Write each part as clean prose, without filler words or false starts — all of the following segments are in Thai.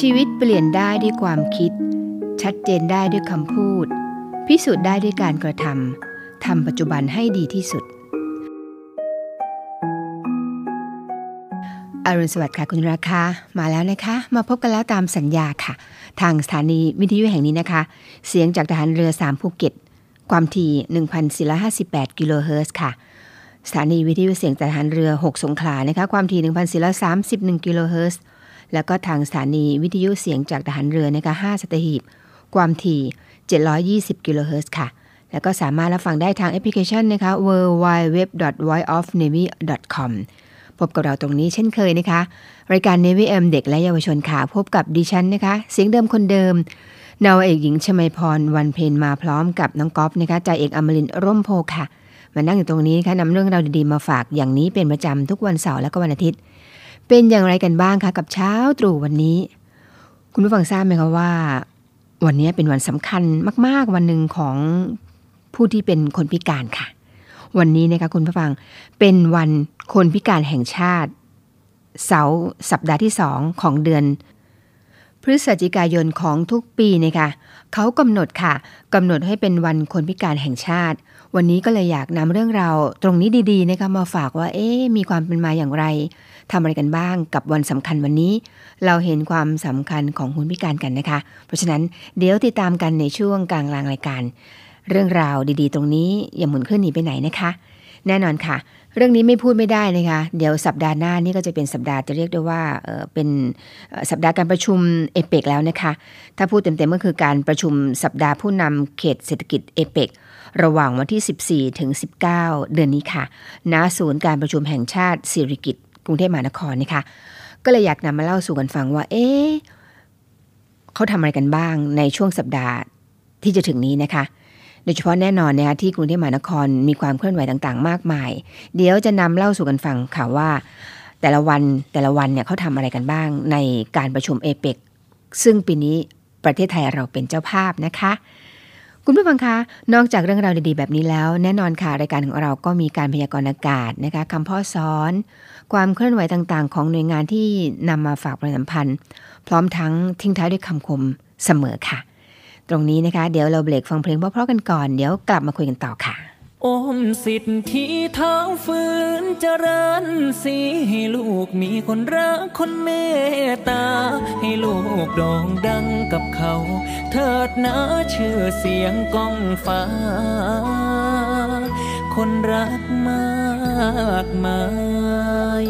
ชีวิตเปลี่ยนได้ด้วยความคิดชัดเจนได้ด้วยคำพูดพิสูจน์ได้ด้วยการกระทำทำปัจจุบันให้ดีที่สุดอรุณสวัสดิ์ค่ะคุณราคามาแล้วนะคะมาพบกันแล้วตามสัญญาค่ะทางสถานีวิทยุแห่งนี้นะคะเสียงจากทหารเรือ3ภูเก็ตความถี่ 1,458 กิโลเฮิรตซ์ค่ะสถานีวิทยุเสียงจากทหารเรือ6สงขลานะคะความถี่ 1,431 กิโลเฮิรตซ์แล้วก็ทางสถานีวิทยุเสียงจากทหารเรือนะคะ5สัตหีบความถี่720กิโลเฮิรตซ์ค่ะแล้วก็สามารถรับฟังได้ทางแอปพลิเคชันนะคะ www.voiceofnavy.com พบกับเราตรงนี้เช่นเคยนะคะรายการ Navy AM เด็กและเยาวชนค่ะพบกับดิฉันนะคะเสียงเดิมคนเดิมนาวาเอกหญิงชมัยพรวันเพ็ญมาพร้อมกับน้องก๊อฟนะคะจ่าเอกอมรินทร์ร่มโพค่ะมานั่งอยู่ตรงนี้นะคะนำเรื่องราวดีๆมาฝากอย่างนี้เป็นประจำทุกวันเสาร์และก็วันอาทิตย์เป็นอย่างไรกันบ้างคะกับเช้าตรู่วันนี้คุณผู้ฟังทราบไหมคะว่าวันนี้เป็นวันสำคัญมากๆวันหนึ่งของผู้ที่เป็นคนพิการค่ะวันนี้นะคะคุณผู้ฟังเป็นวันคนพิการแห่งชาติเสาร์สัปดาห์ที่2ของเดือนพฤศจิกายนของทุกปีนะคะเขากำหนดให้เป็นวันคนพิการแห่งชาติวันนี้ก็เลยอยากนำเรื่องราวตรงนี้ดีๆนะคะมาฝากว่ามีความเป็นมาอย่างไรทำอะไรกันบ้างกับวันสำคัญวันนี้เราเห็นความสำคัญของคนพิการกันนะคะเพราะฉะนั้นเดี๋ยวติดตามกันในช่วงกลางรายการเรื่องราวดีๆตรงนี้อย่าหมุนเคลื่อนหนีไปไหนนะคะแน่นอนค่ะเรื่องนี้ไม่พูดไม่ได้นะคะเดี๋ยวสัปดาห์หน้านี่ก็จะเป็นสัปดาห์จะเรียกได้ว่าเป็นสัปดาห์การประชุมเอเปกแล้วนะคะถ้าพูดเต็มๆก็คือการประชุมสัปดาห์ผู้นำเขตเศรษฐกิจเอเปกระหว่างวันที่14ถึง19เดือนนี้ค่ะณศูนย์การประชุมแห่งชาติสิริกิติ์กรุงเทพมหานครนะคะก็เลยอยากนำมาเล่าสู่กันฟังว่าเขาทำอะไรกันบ้างในช่วงสัปดาห์ที่จะถึงนี้นะคะโดยเฉพาะแน่นอนนะคะที่กรุงเทพมหานครมีความเคลื่อนไหวต่างๆมากมายเดี๋ยวจะนำเล่าสู่กันฟังค่ะว่าแต่ละวันเนี่ยเขาทำอะไรกันบ้างในการประชุมเอเปกซึ่งปีนี้ประเทศไทยเราเป็นเจ้าภาพนะคะคุณผู้ฟังคะนอกจากเรื่องราวดีๆแบบนี้แล้วแน่นอนค่ะรายการของเราก็มีการพยากรณ์อากาศนะคะคำพ่อสอนความเคลื่อนไหวต่างๆของหน่วยงานที่นำมาฝากประชาสัมพันธ์พร้อมทั้งทิ้งท้ายด้วยคำคมเสมอค่ะตรงนี้นะคะเดี๋ยวเราเบรกฟังเพลงเพราะๆกันก่อนเดี๋ยวกลับมาคุยกันต่อค่ะโอมสิทธิเท้าฟื้นเจริญสีให้ลูกมีคนรักคนเมตตาให้ลูกโด่งดังกับเขาเถิดนะชื่อเสียงก้องฟ้าคนรักมากมาย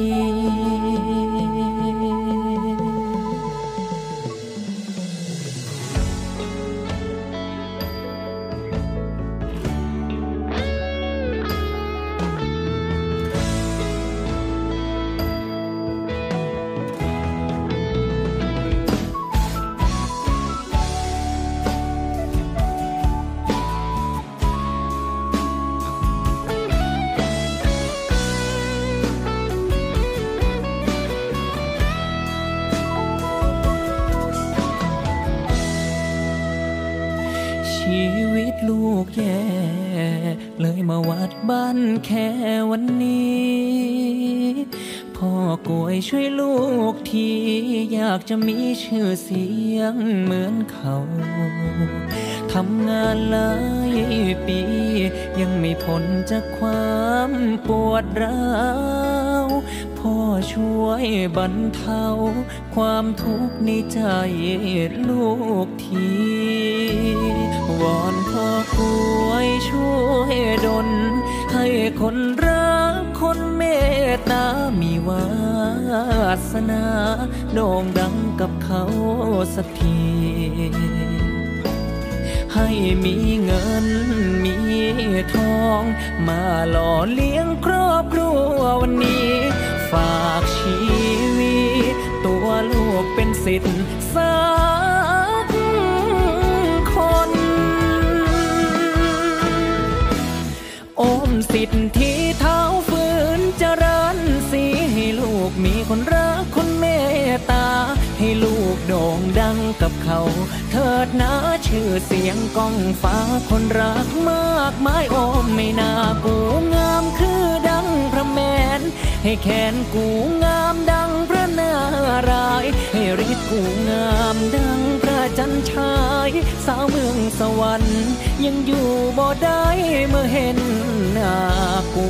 ชีวิตลูกแย่เลยมาวัดบ้านแค่วันนี้พ่อกวยช่วยลูกทีอยากจะมีชื่อเสียงเหมือนเขาทำงานหลายปียังไม่พ้นจากความปวดร้าวพ่อช่วยบรรเทาความทุกข์ในใจลูกทีวอนพ่อกวยช่วยดลให้คนรักคนเมตตามีวาสนาโด่งดังกับเขาสักทีให้มีเงินมีทองมาหล่อเลี้ยงครอบครัววันนี้ฝากชีวิตตัวลูกเป็นศิษย์สักคนโอมสิทธิเท้าฟื้นเจริญสีให้ลูกมีคนรักคนเมตตาให้ลูกโด่งดังกับเขาเถิดนะชื่อเสียงก้องฟ้าคนรักมากมายโอมไม่น่ากูงามคือดังพระแมนให้แขนกูงามดังพระนาร้ายให้ฤทธิ์กูงามดังพระจันทร์ฉายสาวเมืองสวรรค์ยังอยู่บ่ได้เมื่อเห็นหน้ากู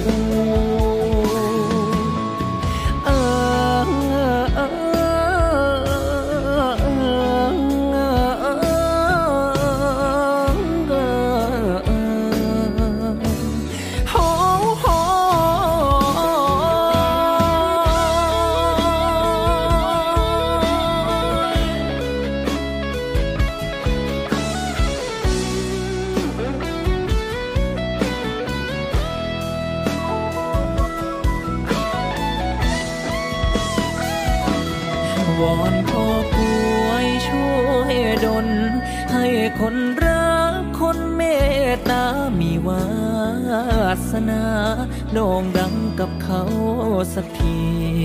วอนพ่อกล้วยช่วยดลให้คนรักคนเมตตามีวาสนาโด่งดังกับเขาสักที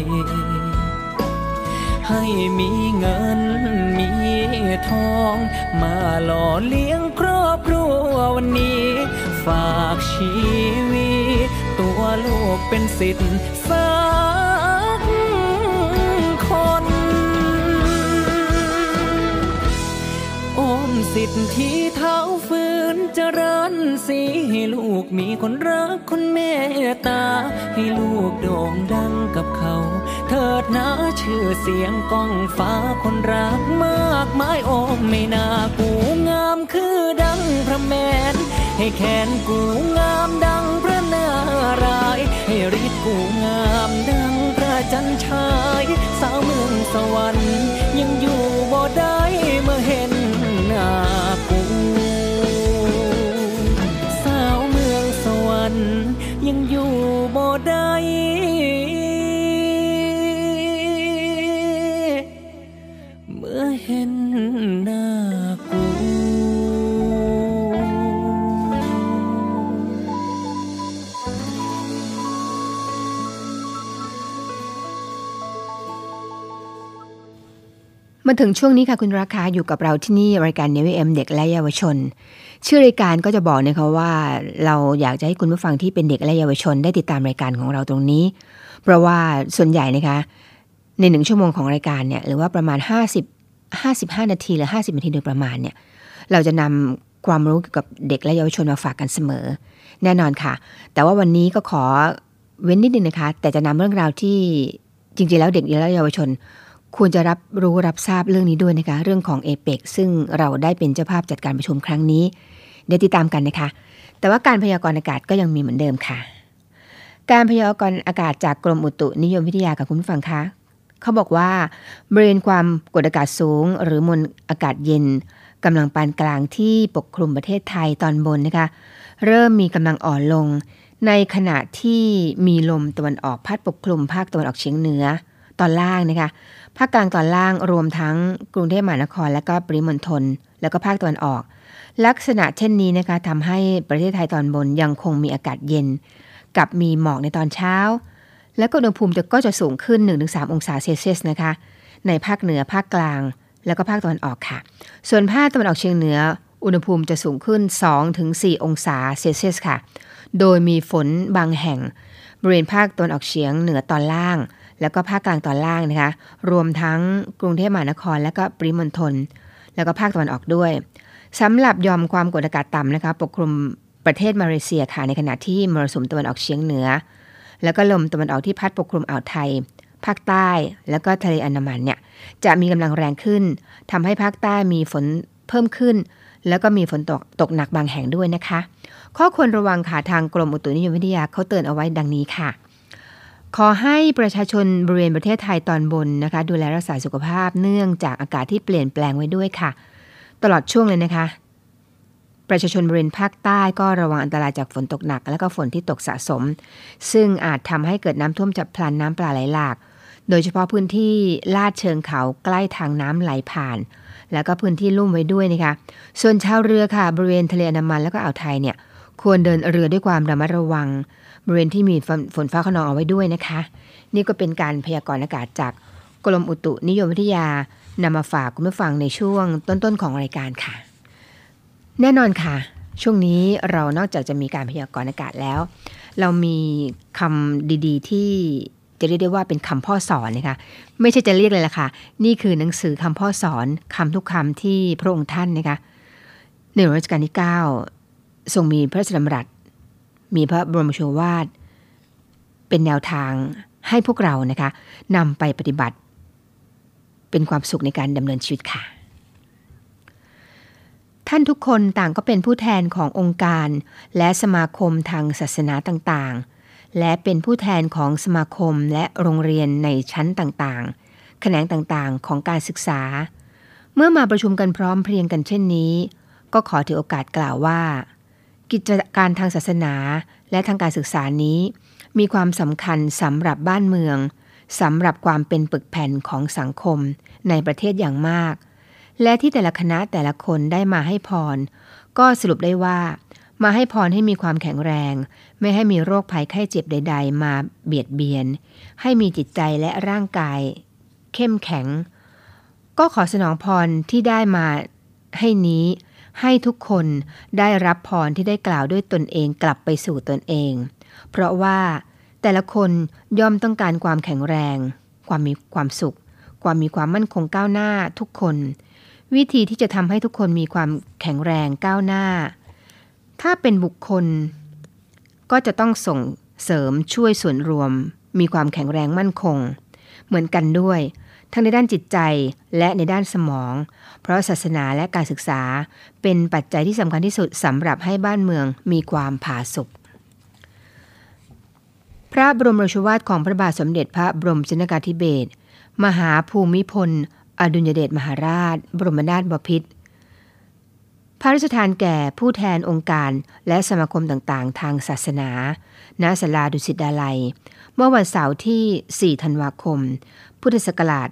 ให้มีเงินมีทองมาหล่อเลี้ยงครอบครัววันนี้ฝากชีวิตตัวลูกเป็นศิษย์สักคนอ้อมสิทธิ์ที่เท้าฝืนเจริญสีให้ลูกมีคนรักคนเมตตาให้ลูกโด่งดังกับเขาเถิดนะชื่อเสียงก้องฟ้าคนรักมากมายโอ้ไม่น่ากูงามคือดังพระแมนให้แขนกูงามดังพระนารายณ์ให้ฤทธิ์กูงามดังพระจันทร์ฉายสาวเมืองสวรรค์ยังอยู่บ่ได้เมื่อเห็นหน้ากูสาวเมืองสวรรค์ยังอยู่บ่ได้เมื่อเห็นหน้ากูมาถึงช่วงนี้ค่ะคุณราคาอยู่กับเราที่นี่รายการ NVM เด็กและเยาวชนชื่อรายการก็จะบอกนะคะว่าเราอยากจะให้คุณผู้ฟังที่เป็นเด็กและเยาวชนได้ติดตามรายการของเราตรงนี้เพราะว่าส่วนใหญ่นะคะใน1ชั่วโมงของรายการเนี่ยหรือว่าประมาณ55นาทีหรือ50นาทีโดยประมาณเนี่ยเราจะนำความรู้เกี่ยวกับเด็กและเยาวชนมาฝากกันเสมอแน่นอนค่ะแต่ว่าวันนี้ก็ขอเว้นนิดนึงนะคะแต่จะนำเรื่องราวที่จริงๆแล้วเด็กและเยาวชนควรจะรับรู้รับทราบเรื่องนี้ด้วยนะคะเรื่องของ APEC ซึ่งเราได้เป็นเจ้าภาพจัดการประชุมครั้งนี้เดี๋ยวติดตามกันนะคะแต่ว่าการพยากรณ์อากาศก็ยังมีเหมือนเดิมค่ะการพยากรณ์อากาศจากกรมอุตุนิยมวิทยาค่ะคุณผู้ฟังคะเขาบอกว่าบริเวณความกดอากาศสูงหรือมวลอากาศเย็นกำลังปานกลางที่ปกคลุมประเทศไทยตอนบนนะคะเริ่มมีกำลังอ่อนลงในขณะที่มีลมตะวันออกพัดปกคลุมภาคตะวันออกเฉียงเหนือตอนล่างนะคะภาคกลางตอนล่างรวมทั้งกรุงเทพมหานครและก็ปริมณฑลแล้วก็ภาคตะวันออกลักษณะเช่นนี้นะคะทำให้ประเทศไทยตอนบนยังคงมีอากาศเย็นกับมีหมอกในตอนเช้าและอุณหภูมิก็จะสูงขึ้น 1-3 องศาเซลเซียสนะคะในภาคเหนือภาคกลางแล้วก็ภาคตะวันออกค่ะส่วนภาคตะวันออกเฉียงเหนืออุณหภูมิจะสูงขึ้น 2-4 องศาเซลเซียสค่ะโดยมีฝนบางแห่งบริเวณภาคตะวันออกเฉียงเหนือตอนล่างแล้วก็ภาคกลางตอนล่างนะคะรวมทั้งกรุงเทพมหานครและก็ปริมณฑลแล้วก็ภาคตะวันออกด้วยสำหรับยอมความกดอากาศต่ำนะคะปกคลุมประเทศมาเลเซียค่ะในขณะที่มรสุมตะวันออกเฉียงเหนือแล้วก็ลมตะวันออกที่พัดปกคลุมอ่าวไทยภาคใต้แล้วก็ทะเลอันดามันเนี่ยจะมีกำลังแรงขึ้นทำให้ภาคใต้มีฝนเพิ่มขึ้นแล้วก็มีฝนตกหนักบางแห่งด้วยนะคะข้อควรระวังค่ะทางกรมอุตุนิยมวิทยาเขาเตือนเอาไว้ดังนี้ค่ะขอให้ประชาชนบริเวณประเทศไทยตอนบนนะคะดูแลรักษาสุขภาพเนื่องจากอากาศที่เปลี่ยนแปลงไว้ด้วยค่ะตลอดช่วงเลยนะคะประชาชนบริเวณภาคใต้ก็ระวังอันตรายจากฝนตกหนักและก็ฝนที่ตกสะสมซึ่งอาจทำให้เกิดน้ำท่วมฉับพลันน้ำป่าไหลหลากโดยเฉพาะพื้นที่ลาดเชิงเขาใกล้ทางน้ำไหลผ่านแล้วก็พื้นที่ลุ่มไว้ด้วยนะคะส่วนชาวเรือค่ะบริเวณทะเลอันดามันแล้วก็อ่าวไทยเนี่ยควรเดินเรือด้วยความระมัดระวังบริเวณที่มีฝนฟ้าคะนองเอาไว้ด้วยนะคะนี่ก็เป็นการพยากรณ์อากาศจากกรมอุตุนิยมวิทยานำมาฝากคุณผู้ฟังในช่วงต้นๆของรายการค่ะแน่นอนค่ะช่วงนี้เรานอกจากจะมีการพยากรณ์อากาศแล้วเรามีคำดีๆที่จะเรียกได้ว่าเป็นคำพ่อสอนนะคะไม่ใช่จะเรียกเลยล่ะค่ะนี่คือหนังสือคำพ่อสอนคำทุกคำที่พระองค์ท่านนะคะในรัชกาลที่9ทรงมีพระราชดำรัสมีพระบรมโชวาทเป็นแนวทางให้พวกเรานะคะนำไปปฏิบัติเป็นความสุขในการดำเนินชีวิตค่ะท่านทุกคนต่างก็เป็นผู้แทนขององค์การและสมาคมทางศาสนาต่างๆและเป็นผู้แทนของสมาคมและโรงเรียนในชั้นต่างๆแขนงต่างๆของการศึกษาเมื่อมาประชุมกันพร้อมเพรียงกันเช่นนี้ก็ขอถือโอกาสกล่าวว่ากิจการทางศาสนาและทางการศึกษานี้มีความสำคัญสำหรับบ้านเมืองสำหรับความเป็นปึกแผ่นของสังคมในประเทศอย่างมากและที่แต่ละคณะแต่ละคนได้มาให้พรก็สรุปได้ว่ามาให้พรให้มีความแข็งแรงไม่ให้มีโรคภัยไข้เจ็บใดๆมาเบียดเบียนให้มีจิตใจและร่างกายเข้มแข็งก็ขอสนองพรที่ได้มาให้นี้ให้ทุกคนได้รับพรที่ได้กล่าวด้วยตนเองกลับไปสู่ตนเองเพราะว่าแต่ละคนย่อมต้องการความแข็งแรงความมีความสุขความมีความมั่นคงก้าวหน้าทุกคนวิธีที่จะทำให้ทุกคนมีความแข็งแรงก้าวหน้าถ้าเป็นบุคคลก็จะต้องส่งเสริมช่วยส่วนรวมมีความแข็งแรงมั่นคงเหมือนกันด้วยทั้งในด้านจิตใจและในด้านสมองเพราะศาสนาและการศึกษาเป็นปัจจัยที่สำคัญที่สุดสำหรับให้บ้านเมืองมีความผาสุกพระบรมราชวาทของพระบาทสมเด็จพระบรมชนกาธิเบศรมหาภูมิพลอดุลยเดชมหาราชบรมนาถบพิตรพระราชทานแก่ผู้แทนองค์การและสมาคมต่างๆทางศาสนาณศาลาดุสิตดาลัยเมื่อวันเสาร์ที่ 4 ธันวาคม พุทธศักราช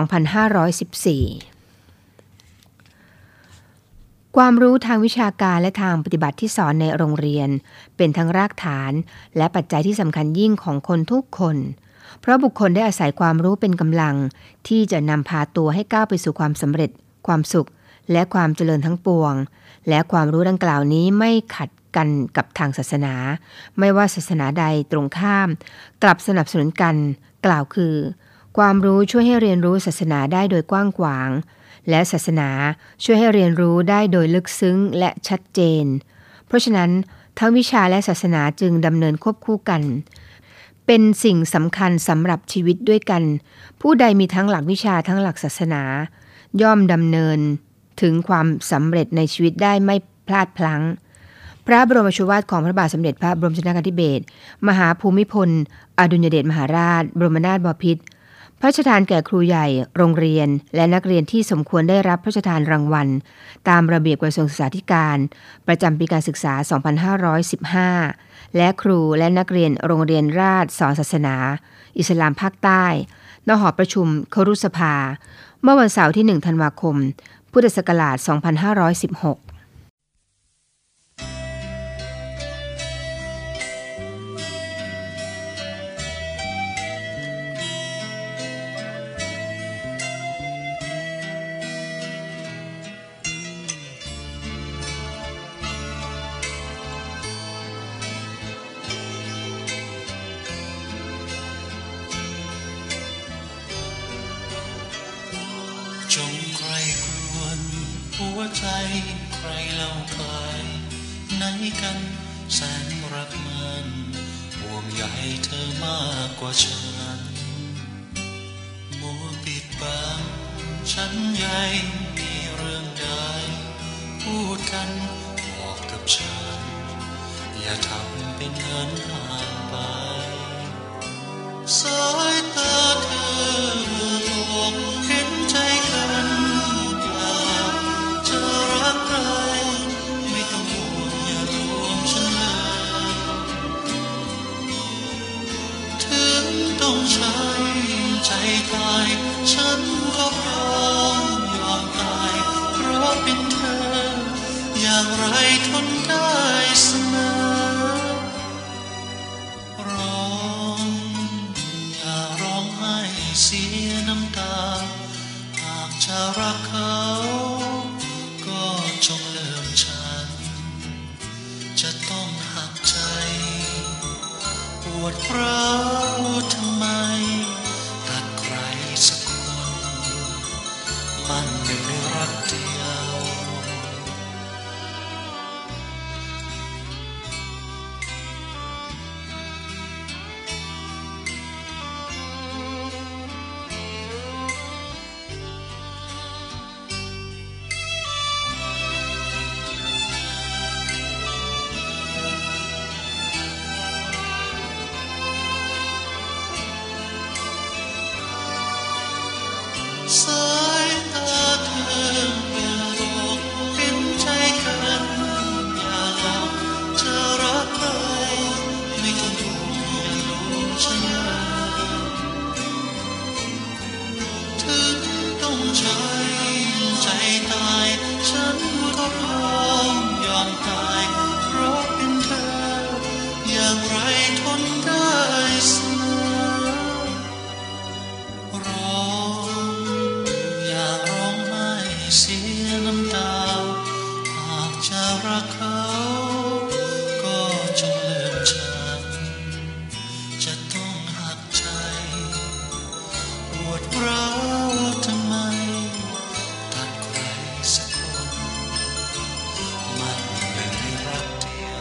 2514 ความรู้ทางวิชาการและทางปฏิบัติที่สอนในโรงเรียนเป็นทั้งรากฐานและปัจจัยที่สำคัญยิ่งของคนทุกคนเพราะบุคคลได้อาศัยความรู้เป็นกำลังที่จะนำพาตัวให้ก้าวไปสู่ความสำเร็จความสุขและความเจริญทั้งปวงและความรู้ดังกล่าวนี้ไม่ขัดกันกับทางศาสนาไม่ว่าศาสนาใดตรงข้ามกลับสนับสนุนกันกล่าวคือความรู้ช่วยให้เรียนรู้ศาสนาได้โดยกว้างขวางและศาสนาช่วยให้เรียนรู้ได้โดยลึกซึ้งและชัดเจนเพราะฉะนั้นทั้งวิชาและศาสนาจึงดำเนินควบคู่กันเป็นสิ่งสำคัญสำหรับชีวิตด้วยกันผู้ใดมีทั้งหลักวิชาทั้งหลักศาสนาย่อมดำเนินถึงความสำเร็จในชีวิตได้ไม่พลาดพลั้งพระบรมโชวาทของพระบาทสมเด็จพระบรมชนกาธิเบศรมหาภูมิพลอดุลยเดชมหาราชบรมนาถบพิตรพระราชทานแก่ครูใหญ่โรงเรียนและนักเรียนที่สมควรได้รับพระราชทานรางวัลตามระเบียบกระทรวงศึกษาธิการประจำปีการศึกษา 2515 และครูและนักเรียนโรงเรียนราชสอนศาสนาอิสลามภาคใต้ณหอประชุมครุสภาเมื่อวันเสาร์ที่ 1 ธันวาคม พุทธศักราช 2516 จงใครครวญหัวใจใครเล่าใครไหนกันแสนรักมันห่วงใยเธอมากกว่าฉันมัวปิดบังฉันใหญ่มีเรื่องใดพูดกันบอกกับฉันอย่าทำเป็นเหินห่างไปสายตาเธอบอกเห็นใจกันอยากจะรักใครไม่ต้องห่วงอย่าลวงฉันเลยถึงต้องใช้ใจตายฉันก็พร้อมยอมตายเพราะเป็นเธออย่างไรทนได้เสมอเสียน้ำตาหากจะรักเขาก็จงเลิกฉันจะต้องหักใจปวดร้าวทำไมสายตาเธออย่าหลอกเป็นใจกันอย่าหลอกจะรักใครไม่ต้องดูอย่าหลงฉันถึงต้องใช้ใจตายฉันก็พร้อมยอมตายเพราะเป็นเธออย่างไรทนได้เสมอร้องอย่าร้องไห้เสียน้ำตาหากจะรักเขาก็จงเลิกฉันจะต้องหักใจปวดร้าวทำไมตัดใครสักคนมันเลยรักเดียว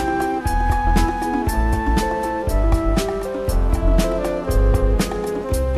เ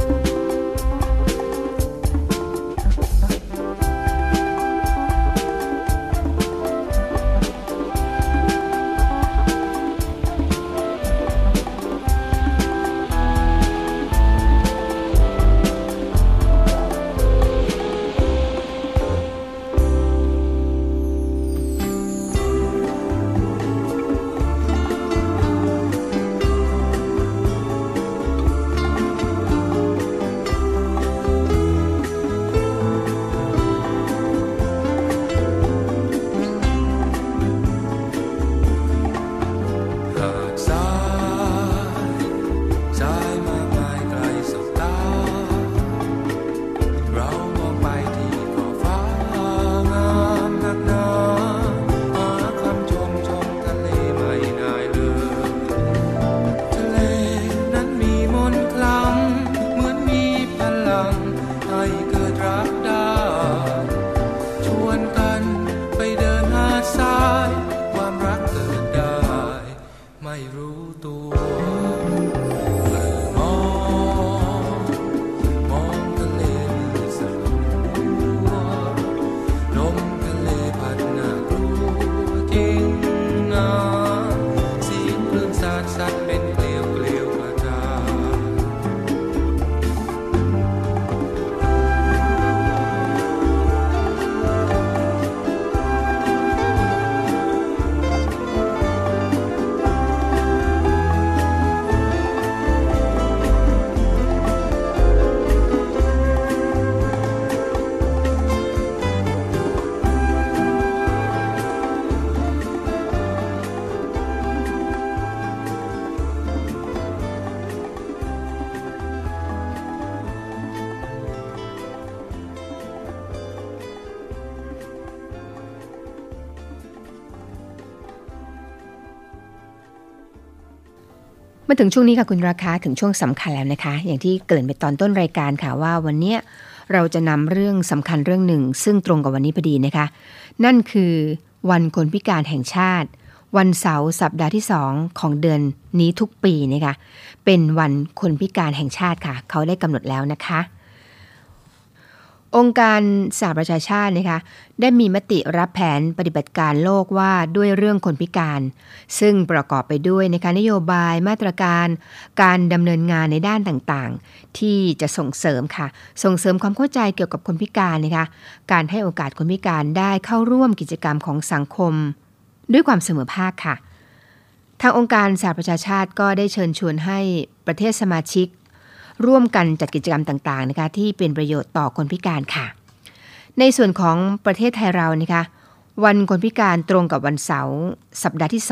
มาถึงช่วงนี้ค่ะคุณราคาถึงช่วงสำคัญแล้วนะคะอย่างที่เกริ่นไปตอนต้นรายการค่ะว่าวันนี้เราจะนำเรื่องสำคัญเรื่องหนึ่งซึ่งตรงกับวันนี้พอดีนะคะนั่นคือวันคนพิการแห่งชาติวันเสาร์สัปดาห์ที่2ของเดือนนี้ทุกปีนะคะเป็นวันคนพิการแห่งชาติค่ะเขาได้กำหนดแล้วนะคะองค์การสหประชาชาตินะคะได้มีมติรับแผนปฏิบัติการโลกว่าด้วยเรื่องคนพิการซึ่งประกอบไปด้วยนะคะนโยบายมาตรการการดำเนินงานในด้านต่างๆที่จะส่งเสริมค่ะส่งเสริมความเข้าใจเกี่ยวกับคนพิการนะคะการให้โอกาสคนพิการได้เข้าร่วมกิจกรรมของสังคมด้วยความเสมอภาคค่ะทางองค์การสหประชาชาติก็ได้เชิญชวนให้ประเทศสมาชิกร่วมกันจัดกิจกรรมต่างๆนะคะที่เป็นประโยชน์ต่อคนพิการค่ะในส่วนของประเทศไทยเรานะคะวันคนพิการตรงกับวันเสาร์สัปดาห์ที่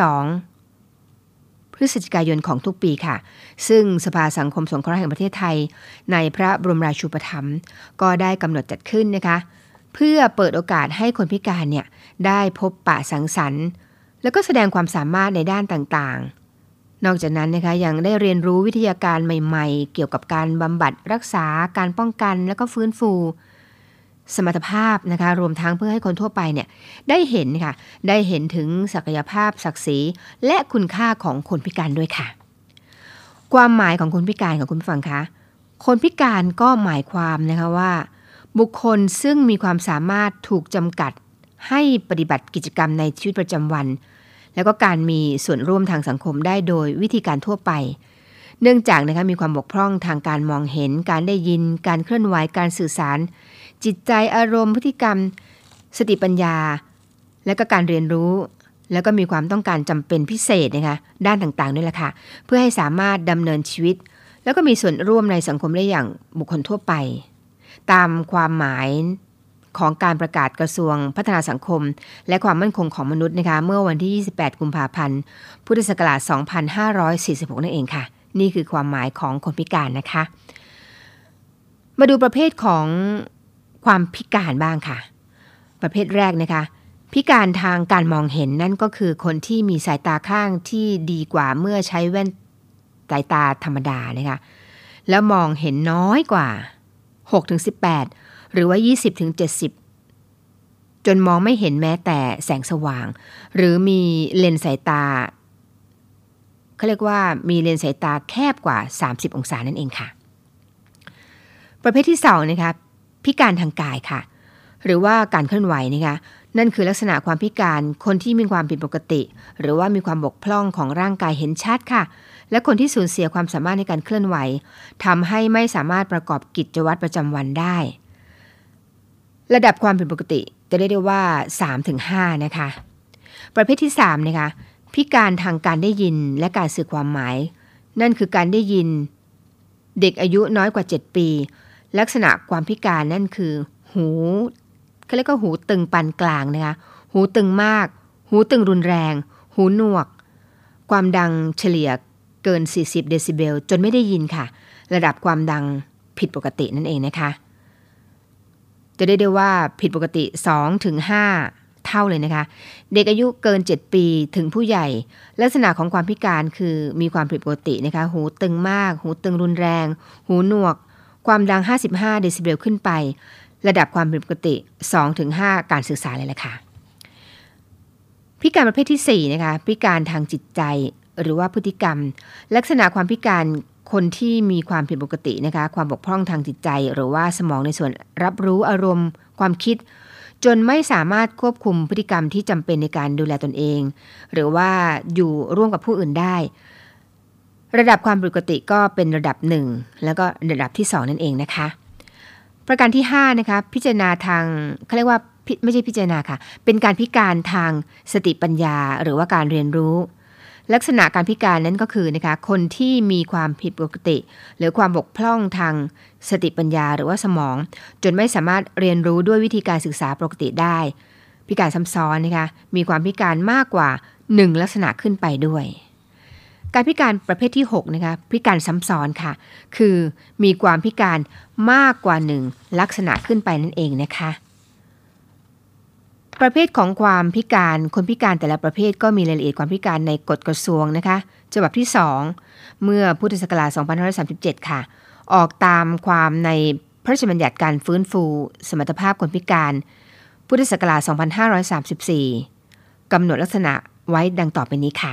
2พฤศจิกายนของทุกปีค่ะซึ่งสภาสังคมสงเคราะห์แห่งประเทศไทยในพระบรมราชูปถัมภ์ก็ได้กำหนดจัดขึ้นนะคะเพื่อเปิดโอกาสให้คนพิการเนี่ยได้พบปะสังสรรค์แล้วก็แสดงความสามารถในด้านต่างๆนอกจากนั้นนะคะยังได้เรียนรู้วิทยาการใหม่ๆเกี่ยวกับการบำบัดรักษาการป้องกันและก็ฟื้นฟูสมรรถภาพนะคะรวมทั้งเพื่อให้คนทั่วไปเนี่ยได้เห็นค่ะได้เห็นถึงศักยภาพศักดิ์ศรีและคุณค่าของคนพิการด้วยค่ะความหมายของคนพิการของคุณผู้ฟังคะคนพิการก็หมายความนะคะว่าบุคคลซึ่งมีความสามารถถูกจำกัดให้ปฏิบัติกิจกรรมในชีวิตประจำวันแล้วก็การมีส่วนร่วมทางสังคมได้โดยวิธีการทั่วไปเนื่องจากนะคะมีความบกพร่องทางการมองเห็นการได้ยินการเคลื่อนไหวการสื่อสารจิตใจอารมณ์พฤติกรรมสติปัญญาและก็การเรียนรู้แล้วก็มีความต้องการจำเป็นพิเศษนะคะด้านต่างๆด้วยล่ะค่ะเพื่อให้สามารถดำเนินชีวิตแล้วก็มีส่วนร่วมในสังคมได้อย่างบุคคลทั่วไปตามความหมายของการประกาศกระทรวงพัฒนาสังคมและความมั่นคงของมนุษย์นะคะเมื่อวันที่28กุมภาพันธ์พุทธศักราช2546นั่นเองค่ะนี่คือความหมายของคนพิการนะคะมาดูประเภทของความพิการบ้างค่ะประเภทแรกนะคะพิการทางการมองเห็นนั่นก็คือคนที่มีสายตาข้างที่ดีกว่าเมื่อใช้แว่นสายตาธรรมดานะคะแล้วมองเห็นน้อยกว่า 6-18 หรือว่า 20-70 จนมองไม่เห็นแม้แต่แสงสว่างหรือมีเลนส์สายตาเขาเรียกว่ามีเลนส์สายตาแคบกว่า30องศานั่นเองค่ะประเภทที่2นะคะพิการทางกายค่ะหรือว่าการเคลื่อนไหวนะคะนั่นคือลักษณะความพิการคนที่มีความผิดปกติหรือว่ามีความบกพร่องของร่างกายเห็นชัดค่ะและคนที่สูญเสียความสามารถในการเคลื่อนไหวทำให้ไม่สามารถประกอบกิจวัตรประจำวันได้ระดับความผิดปกติจะเรียกได้ว่า 3-5 นะคะประเภทที่3นะคะพิการทางการได้ยินและการสื่อความหมายนั่นคือการได้ยินเด็กอายุน้อยกว่า7ปีลักษณะความพิการนั่นคือหูเขาเรียกว่าหูตึงปานกลางนะคะหูตึงมากหูตึงรุนแรงหูหนวกความดังเฉลี่ยเกิน40เดซิเบลจนไม่ได้ยินค่ะระดับความดังผิดปกตินั่นเองนะคะจะได้ว่าผิดปกติ 2-5 เท่าเลยนะคะเด็กอายุเกิน7ปีถึงผู้ใหญ่ลักษณะของความพิการคือมีความผิดปกตินะคะหูตึงมากหูตึงรุนแรงหูหนวกความดัง55เดซิเบลขึ้นไประดับความผิดปกติ 2-5 การสื่อสารเลยแหละค่ะพิการประเภทที่4นะคะพิการทางจิตใจหรือว่าพฤติกรรมลักษณะความพิการคนที่มีความผิดปกตินะคะความบกพร่องทางจิตใจหรือว่าสมองในส่วนรับรู้อารมณ์ความคิดจนไม่สามารถควบคุมพฤติกรรมที่จำเป็นในการดูแลตนเองหรือว่าอยู่ร่วมกับผู้อื่นได้ระดับความปกติก็เป็นระดับ1แล้วก็ระดับที่2นั่นเองนะคะประการที่5นะคะพิจารณาทางเขาเรียกว่าไม่ใช่พิจารณาค่ะเป็นการพิการทางสติปัญญาหรือว่าการเรียนรู้ลักษณะการพิการนั้นก็คือนะคะคนที่มีความผิดปกติหรือความบกพร่องทางสติปัญญาหรือว่าสมองจนไม่สามารถเรียนรู้ด้วยวิธีการศึกษาปกติได้พิการซ้ำซ้อนนะคะมีความพิการมากกว่า1ลักษณะขึ้นไปด้วยการพิการประเภทที่6นะคะพิการซ้ำซ้อนค่ะคือมีความพิการมากกว่า1ลักษณะขึ้นไปนั่นเองนะคะประเภทของความพิการคนพิการแต่ละประเภทก็มีรายละเอียดความพิการในกฎกระทรวงนะคะฉบับที่2เมื่อพุทธศักราช2537ค่ะออกตามความในพระราชบัญญัติการฟื้นฟูสมรรถภาพคนพิการพุทธศักราช2534กำหนดลักษณะไว้ดังต่อไปนี้ค่ะ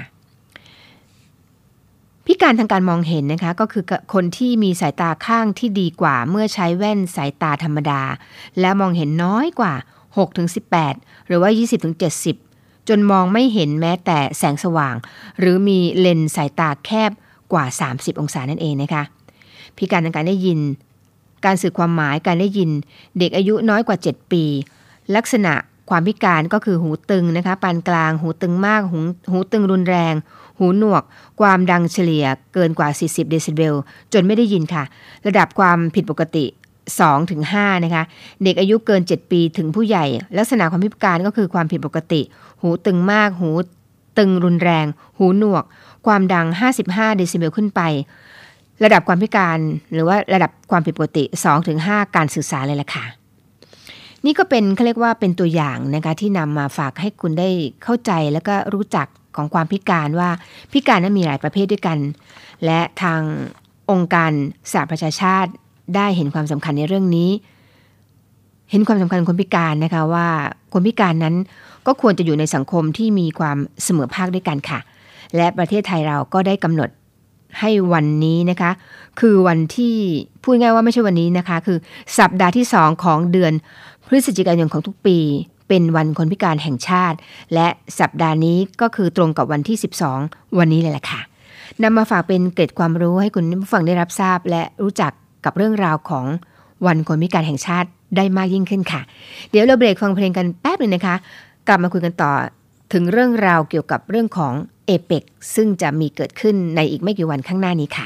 พิการทางการมองเห็นนะคะก็คือคนที่มีสายตาข้างที่ดีกว่าเมื่อใช้แว่นสายตาธรรมดาและมองเห็นน้อยกว่า 6-18 หรือว่า 20-70 จนมองไม่เห็นแม้แต่แสงสว่างหรือมีเลนส์สายตาแคบกว่า30องศานั่นเองนะคะพิการทางการได้ยินการสื่อความหมายการได้ยินเด็กอายุน้อยกว่า7ปีลักษณะความพิการก็คือหูตึงนะคะปานกลางหูตึงมากหูตึงรุนแรงหูหนวกความดังเฉลี่ยเกินกว่า40เดซิเบลจนไม่ได้ยินค่ะระดับความผิดปกติ 2-5 นะคะเด็กอายุเกิน7ปีถึงผู้ใหญ่ลักษณะความพิการก็คือความผิดปกติหูตึงมากหูตึงรุนแรงหูหนวกความดัง55เดซิเบลขึ้นไประดับความพิการหรือว่าระดับความผิดปกติ 2-5 การสื่อสารเลยล่ะค่ะนี่ก็เป็นเขาเรียกว่าเป็นตัวอย่างนะคะที่นำมาฝากให้คุณได้เข้าใจแล้วก็รู้จักของความพิการว่าพิการนั้นมีหลายประเภทด้วยกันและทางองค์การสหประชาชาติได้เห็นความสำคัญในเรื่องนี้เห็นความสำคัญคนพิการนะคะว่าคนพิการนั้นก็ควรจะอยู่ในสังคมที่มีความเสมอภาคด้วยกันค่ะและประเทศไทยเราก็ได้กำหนดให้วันนี้นะคะคือวันที่พูดง่ายว่าไม่ใช่วันนี้นะคะคือสัปดาห์ที่2ของเดือนพฤศจิกายนของทุกปีเป็นวันคนพิการแห่งชาติและสัปดาห์นี้ก็คือตรงกับวันที่12วันนี้เลยแหละค่ะนำมาฝากเป็นเกร็ดความรู้ให้คุณผู้ฟังได้รับทราบและรู้จักกับเรื่องราวของวันคนพิการแห่งชาติได้มากยิ่งขึ้นค่ะเดี๋ยวเราเบรกฟังเพลงกันแป๊บนึงนะคะกลับมาคุยกันต่อถึงเรื่องราวเกี่ยวกับเรื่องของเอเปกซึ่งจะมีเกิดขึ้นในอีกไม่กี่วันข้างหน้านี้ค่ะ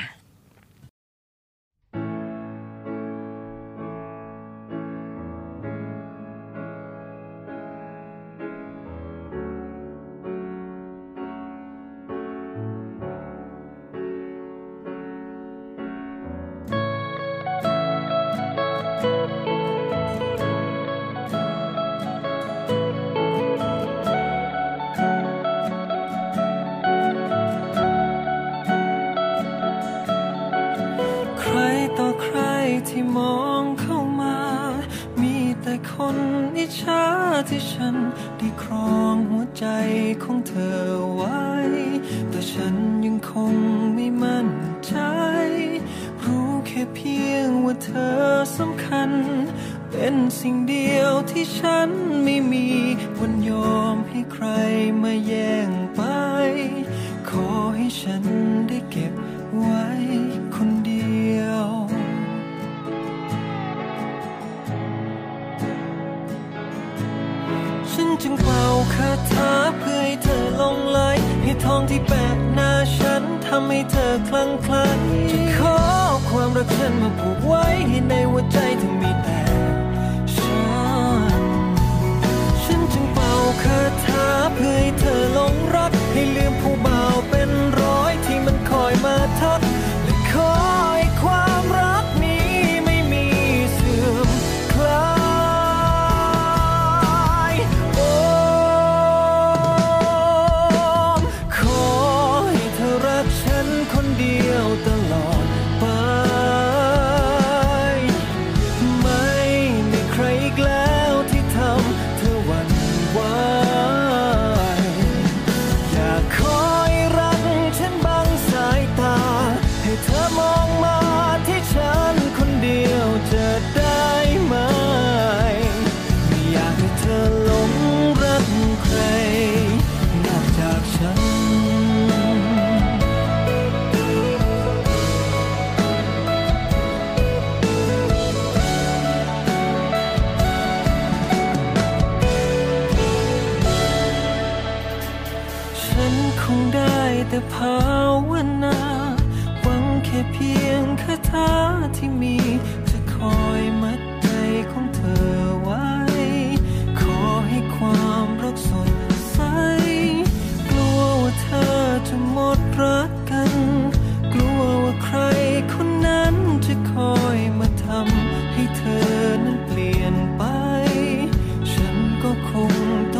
ที่ฉันได้ครองหัวใจของเธอไว้แต่ฉันยังคงไม่มั่นใจรู้แค่เพียงว่าเธอสำคัญเป็นสิ่งเดียวที่ฉันไม่มีวันยอมให้ใครมาแย่งไปขอให้ฉันได้เก็บไว้คนเดียวฉันจึงเป่าคาถาเพื่อให้เธอหลงไหลให้ทองที่แปะหน้าฉันทำให้เธอคลั่งไคล้จะขอความรักฉันมาผูกไว้ให้ในหัวใจเธอมีแต่ฉันจึงเป่าคาถาเพื่อให้เธอหลงรักให้ลืมผู้บ่าวเป็นร้อยที่มันคอยมาทักและขอให้ความรักนี้ไม่มีเสื่อมคลายขอให้เธอรักฉันคนเดียวตลอดไปไม่มีใครอีกแล้วที่ทำเธอหวั่นไหวอยากขอให้รักฉันบังสายตาให้เธอมองมาที่ฉันคนเดียวจะได้ไหมไม่อยากให้เธอหลงรักใครนอกจากฉันคงได้แต่ภาวนาหวังแค่เพียงคาถาที่มีจะคอยมัดใจของเธอไว้ขอให้ความรักสดใสกลัวว่าเธอจะหมดรักกันกลัวว่าใครคนนั้นจะคอยมาทำให้เธอนั้นเปลี่ยนไปฉันก็คง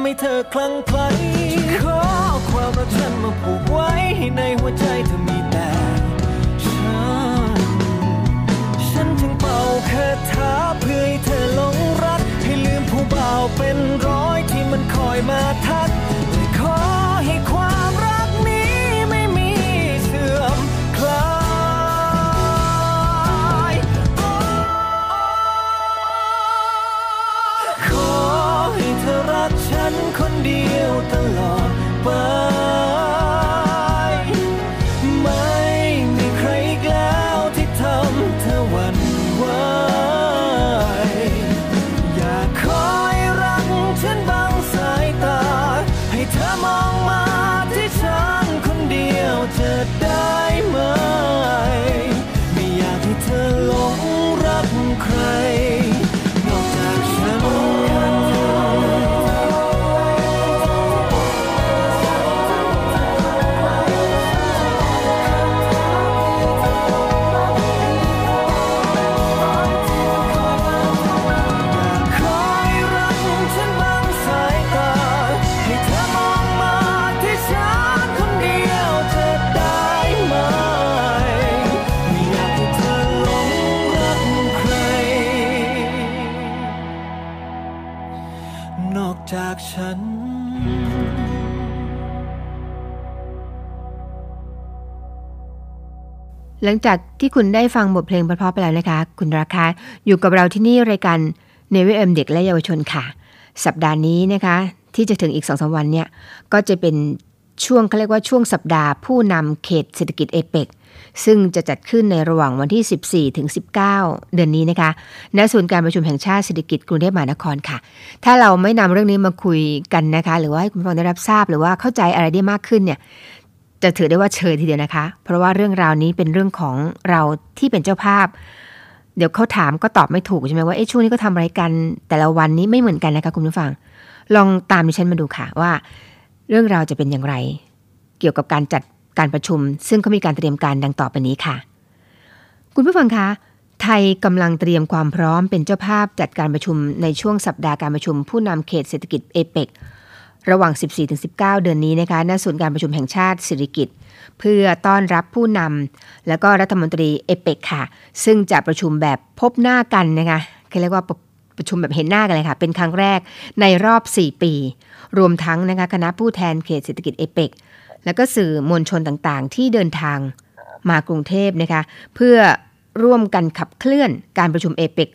ให้เธอคลั่งไคล้ขอความรักฉันมาผูกไว้ให้ในหัวใจเธอมีแต่ฉันจึงเป่าคาถาเพื่อให้เธอหลงรักให้ลืมผู้บ่าวเป็นร้อยที่มันคอยมาทักขอให้ความรักนี้ไม่มีเสื่อมคลายขอให้เธอรักฉันคนเดียวตลอดไปไม่มีใครอีกแล้วที่ทำเธอหวั่นไหวอย่าคอยรักฉันบังสายตาให้เธอมองมาที่ฉันคนเดียวจะได้ไหมไม่อยากให้เธอหลงรักใครนอกจากฉันจากฉันหลังจากที่คุณได้ฟังบทเพลงเพราะๆไปแล้วนะคะคุณราคาอยู่กับเราที่นี่รายการ NVM เด็กและเยาวชนค่ะสัปดาห์นี้นะคะที่จะถึงอีก 2-3 วันเนี่ยก็จะเป็นช่วงเขาเรียกว่าช่วงสัปดาห์ผู้นำเขตเศรษฐกิจเอเปกซึ่งจะจัดขึ้นในระหว่างวันที่ 14 ถึง 19 เดือนนี้นะคะณศูนย์การประชุมแห่งชาติเศรษฐกิจกรุงเทพมหานครค่ะถ้าเราไม่นำเรื่องนี้มาคุยกันนะคะหรือว่าให้คุณผู้ฟังได้รับทราบหรือว่าเข้าใจอะไรได้มากขึ้นเนี่ยจะถือได้ว่าเชยทีเดียวนะคะเพราะว่าเรื่องราวนี้เป็นเรื่องของเราที่เป็นเจ้าภาพเดี๋ยวเขาถามก็ตอบไม่ถูกใช่ไหมว่าช่วงนี้ก็ทำอะไรกันแต่ละวันนี้ไม่เหมือนกันนะคะคุณผู้ฟังลองตามดิฉันมาดูค่ะว่าเรื่องราวจะเป็นอย่างไรเกี่ยวกับการจัดการประชุมซึ่งเขามีการเตรียมการดังต่อไปนี้ค่ะคุณผู้ฟังคะไทยกำลังเตรียมความพร้อมเป็นเจ้าภาพจัดการประชุมในช่วงสัปดาห์การประชุมผู้นำเขตเศรษฐกิจเอเปกระหว่าง 14-19 เดือนนี้นะคะณศูนย์การประชุมแห่งชาติเศรษฐกิจเพื่อต้อนรับผู้นำและก็รัฐมนตรีเอเปกค่ะซึ่งจะประชุมแบบพบหน้ากันนะคะเรียกว่าประชุมแบบเห็นหน้ากันเลยค่ะเป็นครั้งแรกในรอบ4ปีรวมทั้งนะคะคณะผู้แทนเขตเศรษฐกิจเอเปกแล้วก็สื่อมวลชนต่างๆที่เดินทางมากรุงเทพนะคะเพื่อร่วมกันขับเคลื่อนการประชุมเอเปก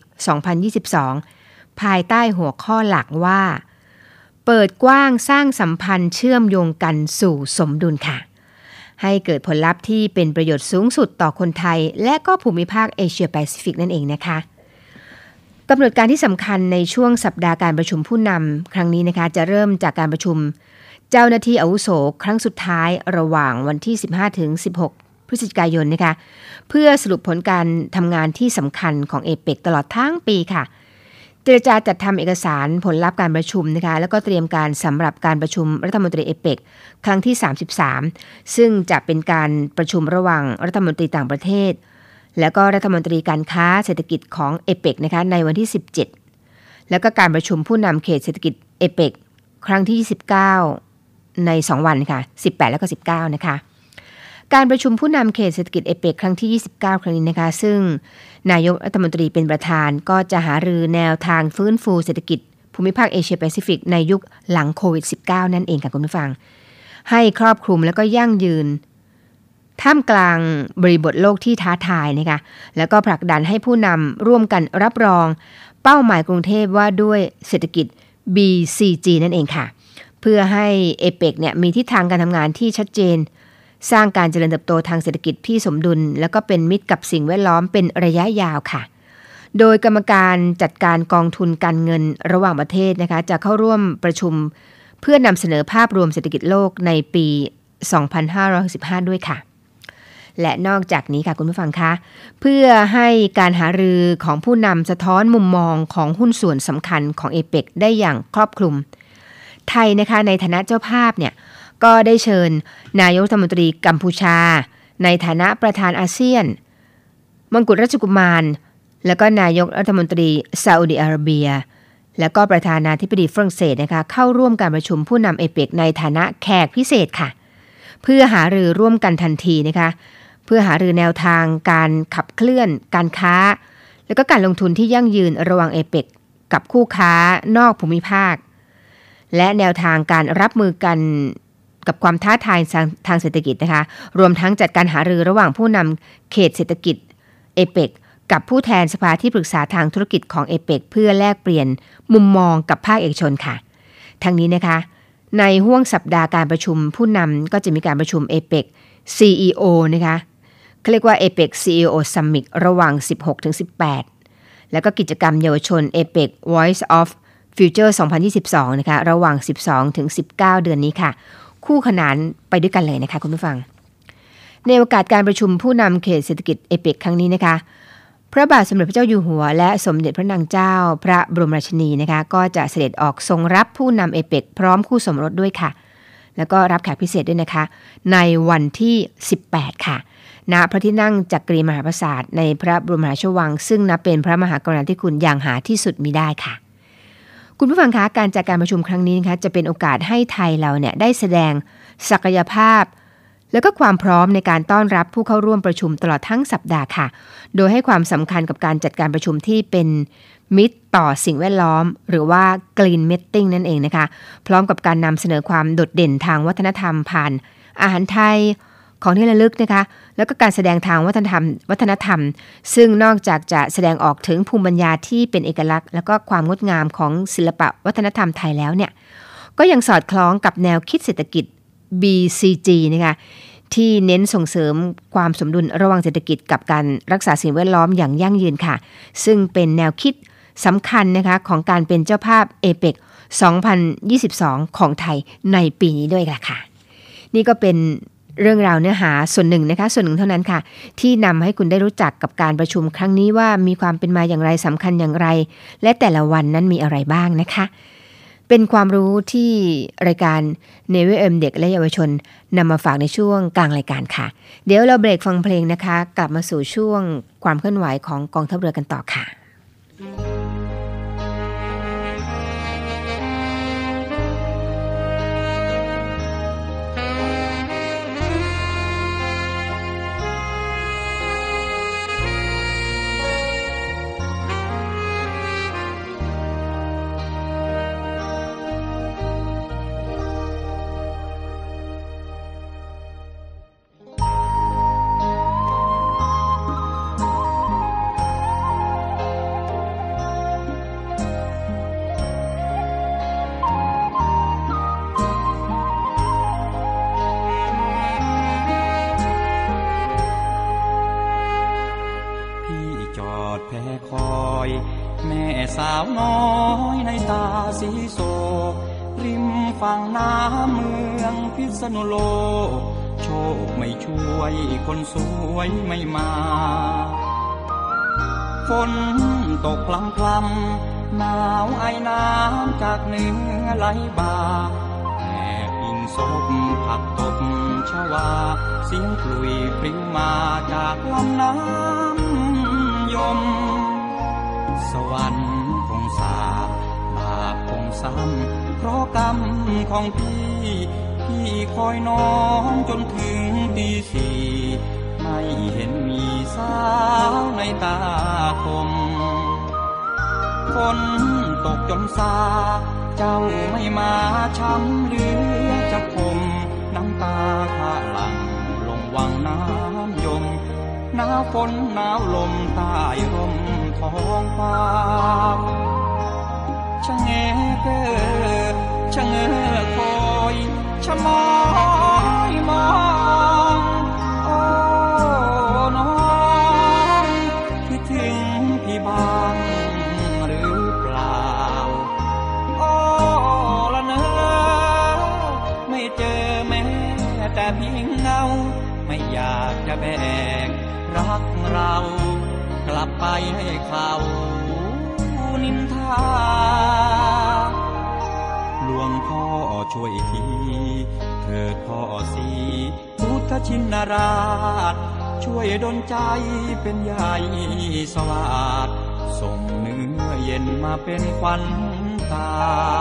2022 ภายใต้หัวข้อหลักว่าเปิดกว้างสร้างสัมพันธ์เชื่อมโยงกันสู่สมดุลค่ะให้เกิดผลลัพธ์ที่เป็นประโยชน์สูงสุดต่อคนไทยและก็ภูมิภาคเอเชียแปซิฟิกนั่นเองนะคะกำหนดการที่สำคัญในช่วงสัปดาห์การประชุมผู้นำครั้งนี้นะคะจะเริ่มจากการประชุมเจ้าหน้าที่อาวุโสครั้งสุดท้ายระหว่างวันที่ 15-16 พฤศจิกายนนะคะเพื่อสรุปผลการทำงานที่สำคัญของเอเปกตลอดทั้งปีค่ะเจรจาจัดทำเอกสารผลลัพธ์การประชุมนะคะแล้วก็เตรียมการสำหรับการประชุมรัฐมนตรีเอเปกครั้งที่ 33 ซึ่งจะเป็นการประชุมระหว่างรัฐมนตรีต่างประเทศแล้วก็รัฐมนตรีการค้าเศรษฐกิจของเอเปกนะคะในวันที่ 17 แล้วก็การประชุมผู้นำเขตเศรษฐกิจเอเปกครั้งที่ 29 ใน 2 วันค่ะ 18 แล้วก็ 19 นะคะการประชุมผู้นำเขตเศรษฐกิจเอเปกครั้งที่ 29 ครั้งนี้นะคะซึ่งนายกรัฐมนตรีเป็นประธานก็จะหารือแนวทางฟื้นฟูเศรษฐกิจภูมิภาคเอเชียแปซิฟิกในยุคหลังโควิด -19 นั่นเองค่ะคุณผู้ฟังให้ครอบคลุมแล้วก็ยั่งยืนท่ามกลางบริบทโลกที่ท้าทายนะคะแล้วก็ผลักดันให้ผู้นำร่วมกันรับรองเป้าหมายกรุงเทพว่าด้วยเศรษฐกิจ BCG นั่นเองค่ะเพื่อให้เอเปกเนี่ยมีทิศทางการทำงานที่ชัดเจนสร้างการเจริญเติบโตทางเศรษฐกิจที่สมดุลแล้วก็เป็นมิตรกับสิ่งแวดล้อมเป็นระยะยาวค่ะโดยกรรมการจัดการกองทุนการเงินระหว่างประเทศนะคะจะเข้าร่วมประชุมเพื่อนำเสนอภาพรวมเศรษฐกิจโลกในปี 2565 ด้วยค่ะและนอกจากนี้ค่ะคุณผู้ฟังคะเพื่อให้การหารือของผู้นำสะท้อนมุมมองของหุ้นส่วนสำคัญของเอเปกได้อย่างครอบคลุมไทยนะคะในฐานะเจ้าภาพเนี่ยก็ได้เชิญนายกรัฐมนตรีกัมพูชาในฐานะประธานอาเซียนมงกุฎราชกุมารแล้วก็นายกรัฐมนตรีซาอุดิอาระเบียแล้วก็ประธานาธิบดีฝรั่งเศสนะคะเข้าร่วมการประชุมผู้นำเอเปกในฐานะแขกพิเศษค่ะเพื่อหารือร่วมกันทันทีนะคะเพื่อหารือแนวทางการขับเคลื่อนการค้าแล้วก็การลงทุนที่ยั่งยืนระหว่างเอเปกกับคู่ค้านอกภูมิภาคและแนวทางการรับมือกันกับความท้าทายทางเศรษฐกิจนะคะรวมทั้งจัดการหารือระหว่างผู้นำเขตเศรษฐกิจเอเปกกับผู้แทนสภาที่ปรึกษาทางธุรกิจของเอเปกเพื่อแลกเปลี่ยนมุมมองกับภาคเอกชนค่ะทั้งนี้นะคะในห้วงสัปดาห์การประชุมผู้นำก็จะมีการประชุมเอเปก CEO นะคะเขาเรียกว่า APEC CEO Summit ระหว่าง 16-18 แล้วก็กิจกรรมเยาวชน APEC Voice of Future 2022 นะคะระหว่าง 12-19 เดือนนี้ค่ะคู่ขนานไปด้วยกันเลยนะคะคุณผู้ฟังในโอกาสการประชุมผู้นำเขตเศรษฐกิจ APEC ครั้งนี้นะคะพระบาทสมเด็จพระเจ้าอยู่หัวและสมเด็จพระนางเจ้าพระบรมราชินีนะคะก็จะเสด็จออกทรงรับผู้นำ APEC พร้อมคู่สมรสด้วยค่ะแล้วก็รับแขกพิเศษด้วยนะคะในวันที่ 18 ค่ะณพระที่นั่งจักรีมหาปราสาทในพระบรมราชวังซึ่งนับเป็นพระมหากรุณาธิคุณอย่างหาที่สุดมิได้ค่ะคุณผู้ฟังคะการจัดการประชุมครั้งนี้นะคะจะเป็นโอกาสให้ไทยเราเนี่ยได้แสดงศักยภาพแล้วก็ความพร้อมในการต้อนรับผู้เข้าร่วมประชุมตลอดทั้งสัปดาห์ค่ะโดยให้ความสำคัญกับการจัดการประชุมที่เป็นมิตรต่อสิ่งแวดล้อมหรือว่า Green Meeting นั่นเองนะคะพร้อมกับการนำเสนอความโดดเด่นทางวัฒนธรรมผ่านอาหารไทยของที่ระลึกนะคะแล้วก็การแสดงทางวัฒนธรรมซึ่งนอกจากจะแสดงออกถึงภูมิปัญญาที่เป็นเอกลักษณ์แล้วก็ความงดงามของศิลปะวัฒนธรรมไทยแล้วเนี่ยก็ยังสอดคล้องกับแนวคิดเศรษฐกิจ BCG นะคะที่เน้นส่งเสริมความสมดุลระหว่างเศรษฐกิจกับการรักษาสิ่งแวดล้อมอย่างยั่งยืนค่ะซึ่งเป็นแนวคิดสำคัญนะคะของการเป็นเจ้าภาพเอเปก 2022 ของไทยในปีนี้ด้วยค่ะนี่ก็เป็นเรื่องราวเนื้อหาส่วนหนึ่งนะคะส่วนหนึ่งเท่านั้นค่ะที่นำให้คุณได้รู้จักกับการประชุมครั้งนี้ว่ามีความเป็นมาอย่างไรสำคัญอย่างไรและแต่ละวันนั้นมีอะไรบ้างนะคะเป็นความรู้ที่รายการ NVM เด็กและเยาวชนนำมาฝากในช่วงกลางรายการค่ะเดี๋ยวเราเบรกฟังเพลงนะคะกลับมาสู่ช่วงความเคลื่อนไหวของกองทัพเรือกันต่อค่ะสาวน้อยในตาสีโศกริมฝั่งน้ำเมืองพิษณุโลกโชคไม่ช่วยคนสวยไม่มาฝนตกพลำหนาวไอน้ำจากเหนือไหลบ่าแอบอิงศพผักตบชวาเสียงกลุยพลิ้วมาจากลำน้ำยมสวรรค์คงสาบาปคงซ้ำเพราะกรรมของพี่คอยน้องจนถึงตีสี่ไม่เห็นมีสาวในตาคมฝนตกจนซาเจ้าไม่มาช้ำหรือจะคมน้ำตาข้าหลั่งลงวังน้ำยมหนาวฝนหนาวลมใต้ร่มท้องฟ้าชะแงเก้อชะเง้อคอยชะมอยมองโอ้น้องคิดถึงพี่บ้างหรือเปล่าโอ้ละเนอไม่เจอแม้แต่เพียงเงาไม่อยากจะแบกรักเรากลับไปให้เขานินทาหลวงพ่อช่วยทีเถิดพ่อสีพุทธชินราชช่วยดลใจเป็นใหญ่สวัสดิ์ส่งเนื้อเย็นมาเป็นควันตา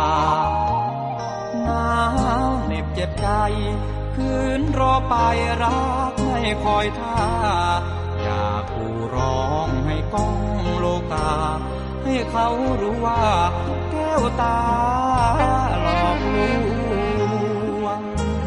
หนาวเหน็บเจ็บใจคืนรอไปรักไม่คอยท่าอยากผู้ร้องให้ก้องโลกาให้เขารู้ว่าแก้วตาหลอกลวง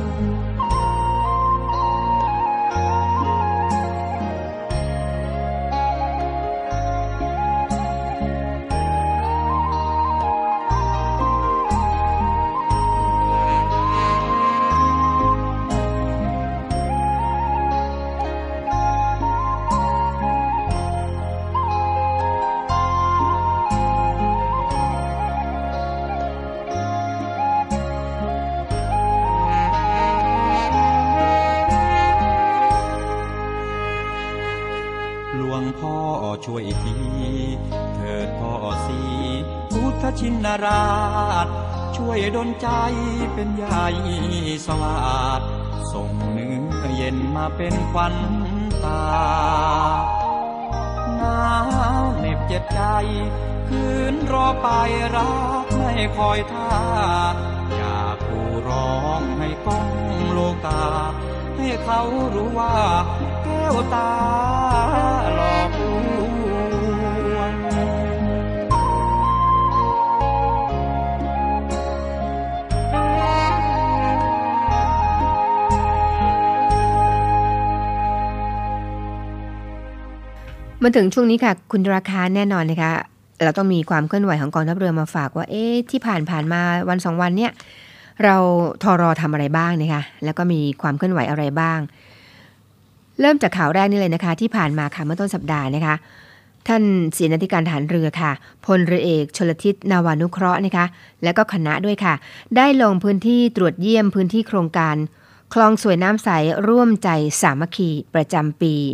ช่วยทีเถิดพ่อสีพุทธชินราชช่วยดลใจเป็นใหญ่สวาสส่งเนื้อเย็นมาเป็นควันตาหนาวเหน็บเจ็บใจคืนรอไปรักไม่คอยท่าอยากผู้ร้องให้ก้องโลกาให้เขารู้ว่าแก้วตาหลอกลวงมาถึงช่วงนี้ค่ะคุณราคาแน่นอนนะคะเราต้องมีความเคลื่อนไหวของกองทัพเรือมาฝากว่าที่ผ่านมาวัน2วันเนี่ยเราทรทำอะไรบ้างนะคะแล้วก็มีความเคลื่อนไหวอะไรบ้างเริ่มจากข่าวแรกนี่เลยนะคะที่ผ่านมาค่ะเมื่อต้นสัปดาห์นะคะท่านเสนาธิการทหารเรือค่ะพลเรือเอกชลทิศนาวานุเคราะห์นะคะและก็คณะด้วยค่ะได้ลงพื้นที่ตรวจเยี่ยมพื้นที่โครงการคลองสวยน้ำใสร่วมใจสามัคคีประจำปี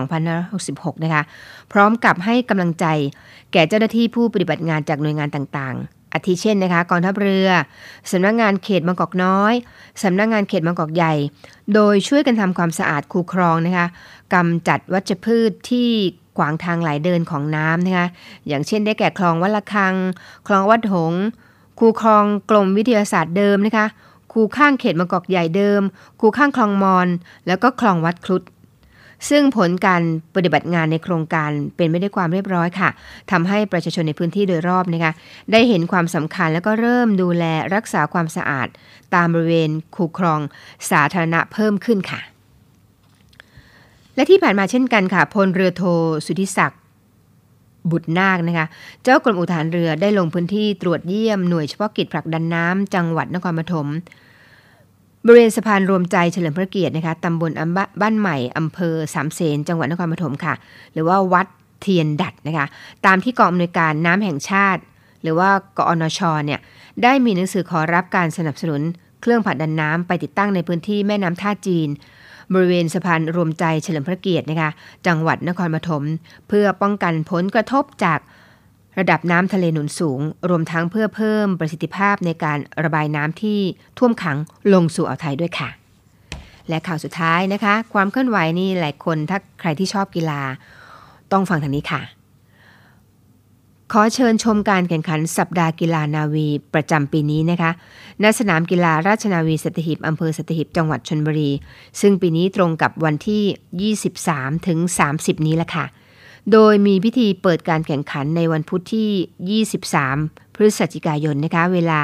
2566นะคะพร้อมกับให้กำลังใจแก่เจ้าหน้าที่ผู้ปฏิบัติงานจากหน่วยงานต่างๆอาทิเช่นนะคะกองทัพเรือสำนักงานเขตบางกอกน้อยสำนักงานเขตบางกอกใหญ่โดยช่วยกันทำความสะอาดคูคลองนะคะกำจัดวัชพืชที่ขวางทางไหลเดินของน้ำนะคะอย่างเช่นได้แก่คลองวัดละคังคลองวัดหงส์คูคลองกรมวิทยาศาสตร์เดิมนะคะคูข้างเขตบางกอกใหญ่เดิมคูข้างคลองมอนแล้วก็คลองวัดครุฑซึ่งผลการปฏิบัติงานในโครงการเป็นไปด้วยความเรียบร้อยค่ะทำให้ประชาชนในพื้นที่โดยรอบนะคะได้เห็นความสำคัญแล้วก็เริ่มดูแลรักษาความสะอาดตามบริเวณคูคลองสาธารณะเพิ่มขึ้นค่ะและที่ผ่านมาเช่นกันค่ะพลเรือโทสุทธิศักดิ์บุตรนาคนะคะเจ้ากรมอุทหารเรือได้ลงพื้นที่ตรวจเยี่ยมหน่วยเฉพาะกิจผลักดันน้ำจังหวัดนครปฐมบริเวณสะพานรวมใจเฉลิมพระเกียรตินะคะตำบลบ้านใหม่อำเภอสามเสนจังหวัดนครปฐมค่ะหรือว่าวัดเทียนดัดนะคะตามที่กองอำนวยการน้ำแห่งชาติหรือว่ากอนช.เนี่ยได้มีหนังสือขอรับการสนับสนุนเครื่องผลักดันน้ำไปติดตั้งในพื้นที่แม่น้ำท่าจีนบริเวณสะพานรวมใจเฉลิมพระเกียรตินะคะจังหวัดนครปฐมเพื่อป้องกันผลกระทบจากระดับน้ำทะเลหนุนสูงรวมทั้งเพื่อเพิ่มประสิทธิภาพในการระบายน้ำที่ท่วมขังลงสู่อ่าวไทยด้วยค่ะและข่าวสุดท้ายนะคะความเคลื่อนไหวนี่หลายคนถ้าใครที่ชอบกีฬาต้องฟังทางนี้ค่ะขอเชิญชมการแข่งขันสัปดาห์กีฬานาวีประจำปีนี้นะคะณสนามกีฬาราชนาวีสัตหีบอำเภอสัตหีบจังหวัดชลบุรีซึ่งปีนี้ตรงกับวันที่23ถึง30นี้ละค่ะโดยมีพิธีเปิดการแข่งขันในวันพุธที่23พฤศจิกายนนะคะเวลา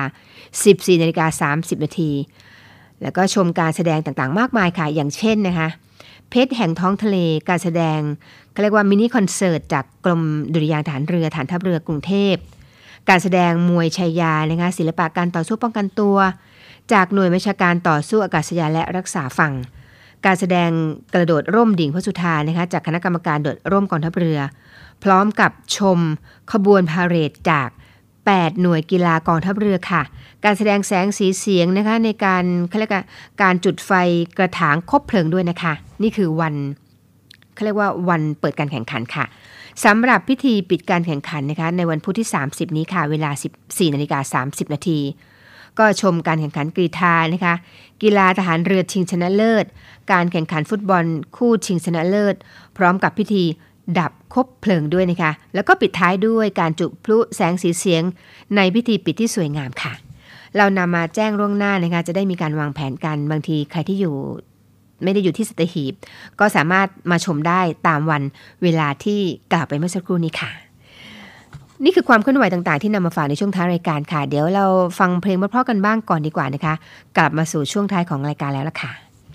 14:30 นาทีแล้วก็ชมการแสดงต่างๆมากมายค่ะอย่างเช่นนะคะเพชรแห่งท้องทะเลการแสดงเขาเรียกว่ามินิคอนเสิร์ตจากกรมดุริยางค์ทหารเรือฐานทัพเรือกรุงเทพการแสดงมวยชัยยานะคะศิลปะการต่อสู้ป้องกันตัวจากหน่วยบัญชาการต่อสู้อากาศยานและรักษาฝั่งการแสดงกระโดดร่มดิ่งพระสุธานะคะจากคณะกรรมการโดดร่มกองทัพเรือพร้อมกับชมขบวนพาเหรดจาก8หน่วยกีฬากองทัพเรือค่ะการแสดงแสงสีเสียงนะคะในการเขาเรียกว่าการจุดไฟกระถางคบเพลิงด้วยนะคะนี่คือวันเขาเรียกว่าวันเปิดการแข่งขันค่ะสำหรับพิธีปิดการแข่งขันนะคะในวันพุธที่30นี้ค่ะเวลา 14:30 นาทีก็ชมการแข่งขันกรีฑานะคะกีฬาทหารเรือชิงชนะเลิศการแข่งขันฟุตบอลคู่ชิงชนะเลิศพร้อมกับพิธีดับคบเพลิงด้วยนะคะแล้วก็ปิดท้ายด้วยการจุดพลุแสงสีเสียงในพิธีปิดที่สวยงามค่ะเรานำมาแจ้งล่วงหน้านะคะจะได้มีการวางแผนกันบางทีใครที่ไม่ได้อยู่ที่สัตหีบก็สามารถมาชมได้ตามวันเวลาที่กล่าวไปเมื่อสักครู่นี้ค่ะนี่คือความเคลื่อนไหวต่างๆที่นำมาฝากในช่วงท้ายรายการค่ะเดี๋ยวเราฟังเพลงเพราะๆกันบ้างก่อนดีกว่านะคะกลับมาสู่ช่วงท้ายของรายการแล้วล่ะค่ะ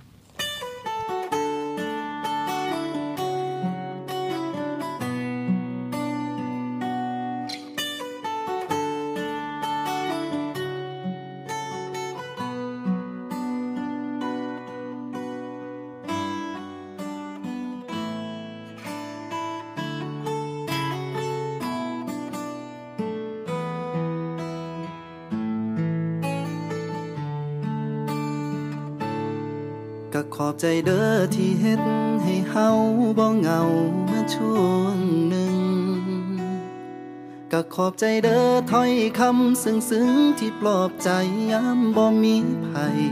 ก็ขอบใจเด้อที่เฮ็ดให้เฮาบ่เหงามาช่วงหนึ่งก็ขอบใจเด้อถ้อยคำซึ้งๆที่ปลอบใจยามบ่มีไผ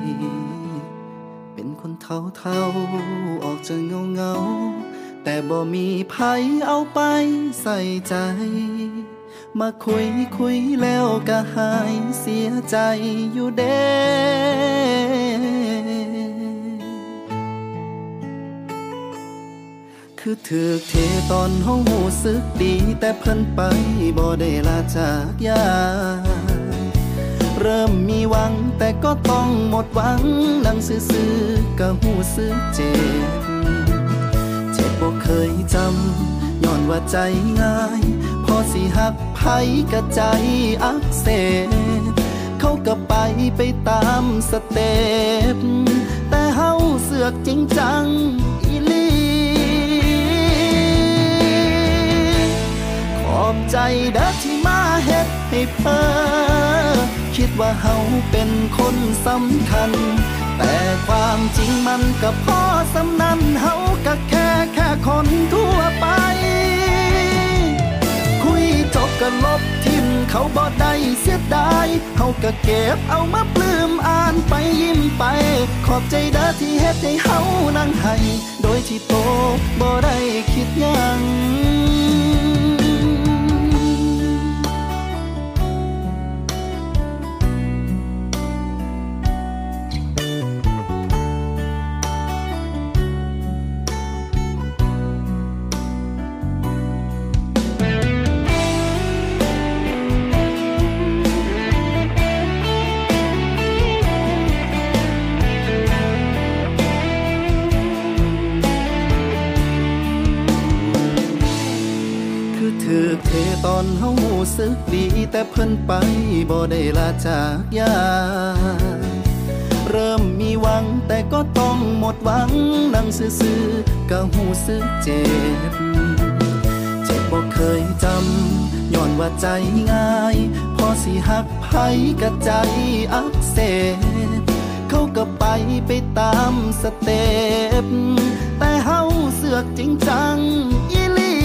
เป็นคนเฒ่าๆออกจะเงาๆแต่บ่มีไผเอาไปใส่ใจมาคุยแล้วก็หายเสียใจอยู่เด้คือถูกเทตอนเฮารู้สึกดีแต่เพิ่นไปบ่ได้ลาจากยาเริ่มมีหวังแต่ก็ต้องหมดหวังนั่งซื่อๆก็รู้สึกเจ็บบ่เคยจำย้อนว่าใจง่ายพอสิหักไผก็ใจอักเสบเขาก็ไปตามสเต็ปแต่เฮาเสือกจริงจังอีหลีขอบใจเด้อที่มาเฮ็ดให้เพ้อคิดว่าเฮาเป็นคนสำคัญแต่ความจริงมันก็พอสำนั้นเฮาก็แค่คนทั่วไปคุยจบก็ลบทิมเขาบ่ได้เสียดายเฮาก็เก็บเอามาปลื้มอ่านไปยิ้มไปขอบใจเด้อที่เฮ็ดให้เฮานั่งให้โดยที่โตบ่ได้คิดหยังถูกเทตอนเฮารู้สึกดีแต่เพิ่นไปบ่ได้ลาจากยาเริ่มมีหวังแต่ก็ต้องหมดหวังนั่งซื่อๆก็รู้สึกเจ็บบ่เคยจำย้อนว่าใจง่ายพอสิหักไผก็ใจอักเสบเขาก็ไปตามสเต็ปแต่เฮาเสือกจริงจังอีหลี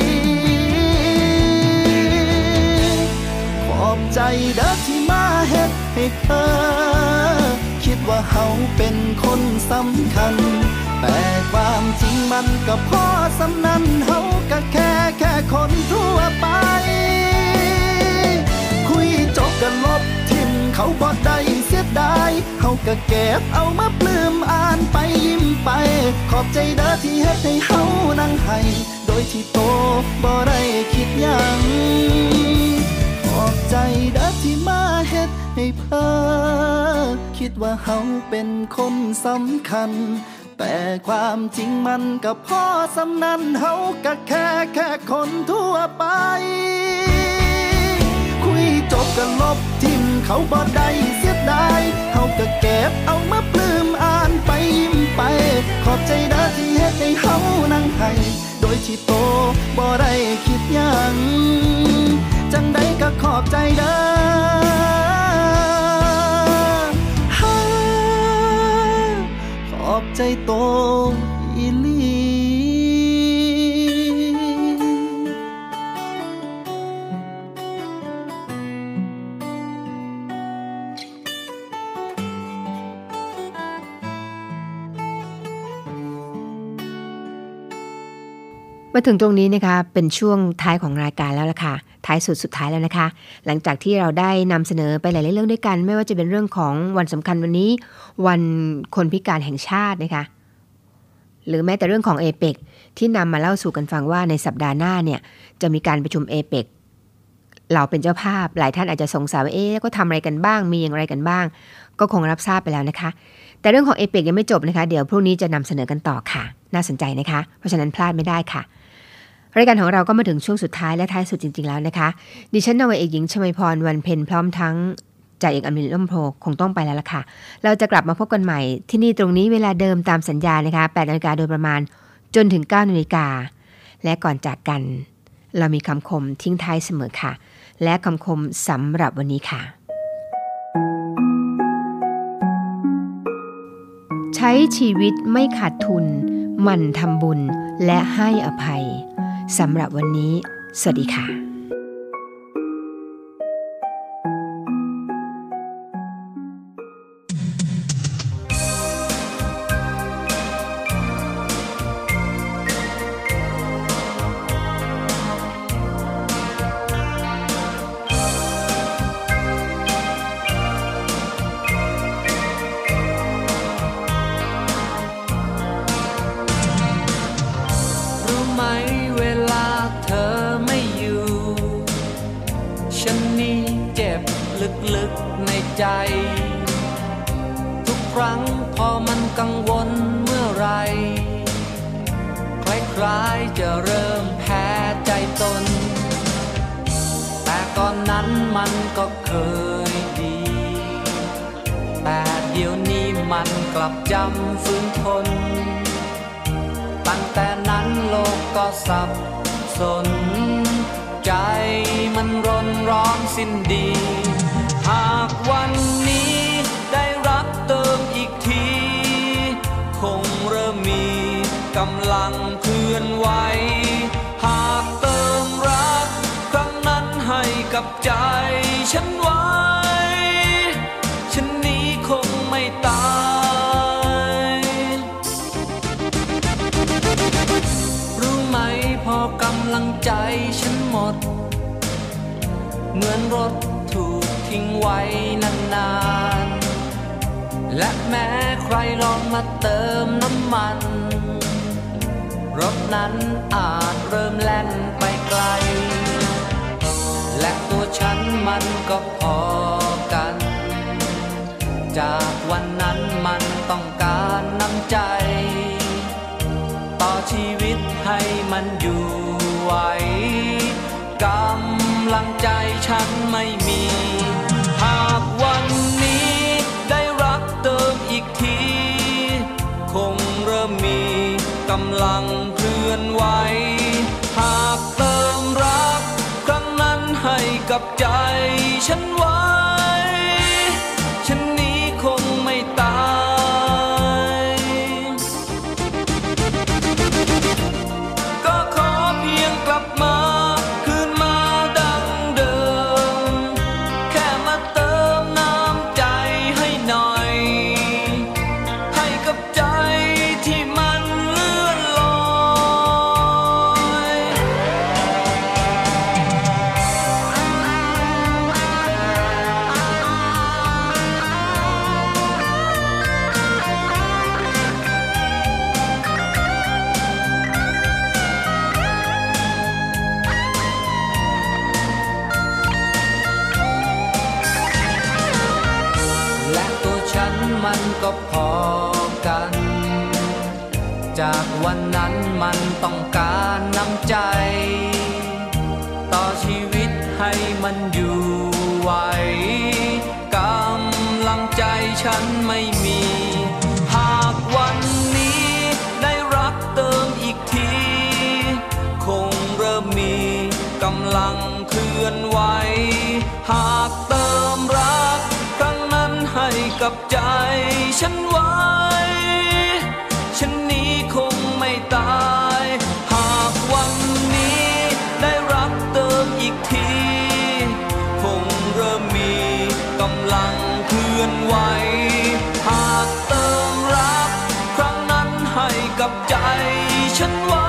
ขอบใจเด้อที่มาเฮ็ดให้เธอคิดว่าเฮาเป็นคนสำคัญแต่ความจริงมันก็พอสำนั้นเฮาก็แค่คนทั่วไปคุยจบก็ลบทิมเขาบ่ได้เสียดายเฮาก็เก็บเอามาปลื้มอ่านไปยิ้มไปขอบใจเด้อที่เฮ็ดให้เฮานั่งให้โดยที่โตบ่ได้คิดหยังขอบใจเด้อที่มาเฮ็ดให้เพ้อคิดว่าเฮาเป็นคนสำคัญแต่ความจริงมันก็พอสำนั้นเฮาก็แค่คนทั่วไปคุยจบก็ลบทิมเขาบ่ได้เสียดายเฮาก็เก็บเอามาปลื้มอ่านไปยิ้มไปขอบใจเด้อที่เฮ็ดให้เฮานั่งให้โดยที่โตบ่ได้คิดหยังจังใดก็ขอบใจเด้อขอบใจโตอีหลีมาถึงตรงนี้นะคะเป็นช่วงท้ายของรายการแล้วล่ะค่ะท้ายสุดท้ายแล้วนะคะหลังจากที่เราได้นำเสนอไปหลายๆเรื่องด้วยกันไม่ว่าจะเป็นเรื่องของวันสำคัญวันนี้วันคนพิการแห่งชาตินะคะหรือแม้แต่เรื่องของเอเปกที่นำมาเล่าสู่กันฟังว่าในสัปดาห์หน้าเนี่ยจะมีการประชุมเอเปกเราเป็นเจ้าภาพหลายท่านอาจจะสงสัยว่าก็ทำอะไรกันบ้างมีอย่างไรกันบ้างก็คงรับทราบไปแล้วนะคะแต่เรื่องของเอเปกยังไม่จบนะคะเดี๋ยวพรุ่งนี้จะนำเสนอกันต่อค่ะน่าสนใจนะคะเพราะฉะนั้นพลาดไม่ได้ค่ะรายการของเราก็มาถึงช่วงสุดท้ายและท้ายสุดจริงๆแล้วนะคะดิฉันนาวาเอกหญิงชมาพรวันเพ็ญพร้อมทั้งจ่าเอกอมรินทร์ล่มโพคงต้องไปแล้วล่ะค่ะเราจะกลับมาพบกันใหม่ที่นี่ตรงนี้เวลาเดิมตามสัญญานะคะ 8:00 นโดยประมาณจนถึง 9:00 นและก่อนจากกันเรามีคำคมทิ้งท้ายเสมอค่ะและคำคมสำหรับวันนี้ค่ะใช้ชีวิตไม่ขาดทุนหมั่นทำบุญและให้อภัยสำหรับวันนี้สวัสดีค่ะใจทุกครั้งพอมันกังวลเมื่อไรคล้ายๆจะเริ่มแพ้ใจตนแต่ก่อนนั้นมันก็เคยดีแต่เดี๋ยวนี้มันกลับจำฝืนทนตั้งแต่นั้นโลกก็สับสนใจมันรนร้อนสิ้นดีหากวันนี้ได้รักเติมอีกทีคงเริ่มมีกำลังเคลื่อนไหวหากเติมรักครั้งนั้นให้กับใจฉันไว้ฉันนี้คงไม่ตายรู้ไหมพอกำลังใจฉันหมดเหมือนรถถูกทิ้งไว้นานๆและแม้ใครลองมาเติมน้ำมันรถนั้นอาจเริ่มแล่นไปไกลและตัวฉันมันก็พอกันจากวันนั้นมันต้องการน้ำใจต่อชีวิตให้มันอยู่ไหวกำลังใจฉันไม่มีหากวันนี้ได้รักเติมอีกทีคงเริ่มมีกำลังเคลื่อนไหวหากเติมรักครั้งนั้นให้กับใจฉันไว้ฉันนี้คงไม่ตายก็ขอเพียงกลับมามันก็พอกันจากวันนั้นมันต้องการน้ำใจต่อชีวิตให้มันอยู่ไหวกำลังใจฉันไม่มีหากวันนี้ได้รักเติมอีกทีคงเริ่มมีกำลังเคลื่อนไหวหากเติมรักให้กับใจฉันไว้ฉันนี้คงไม่ตายหากวันนี้ได้รักเติมอีกทีคงเริ่มมีกำลังเคลื่อนไหวหากเติมรักครั้งนั้นให้กับใจฉันไว้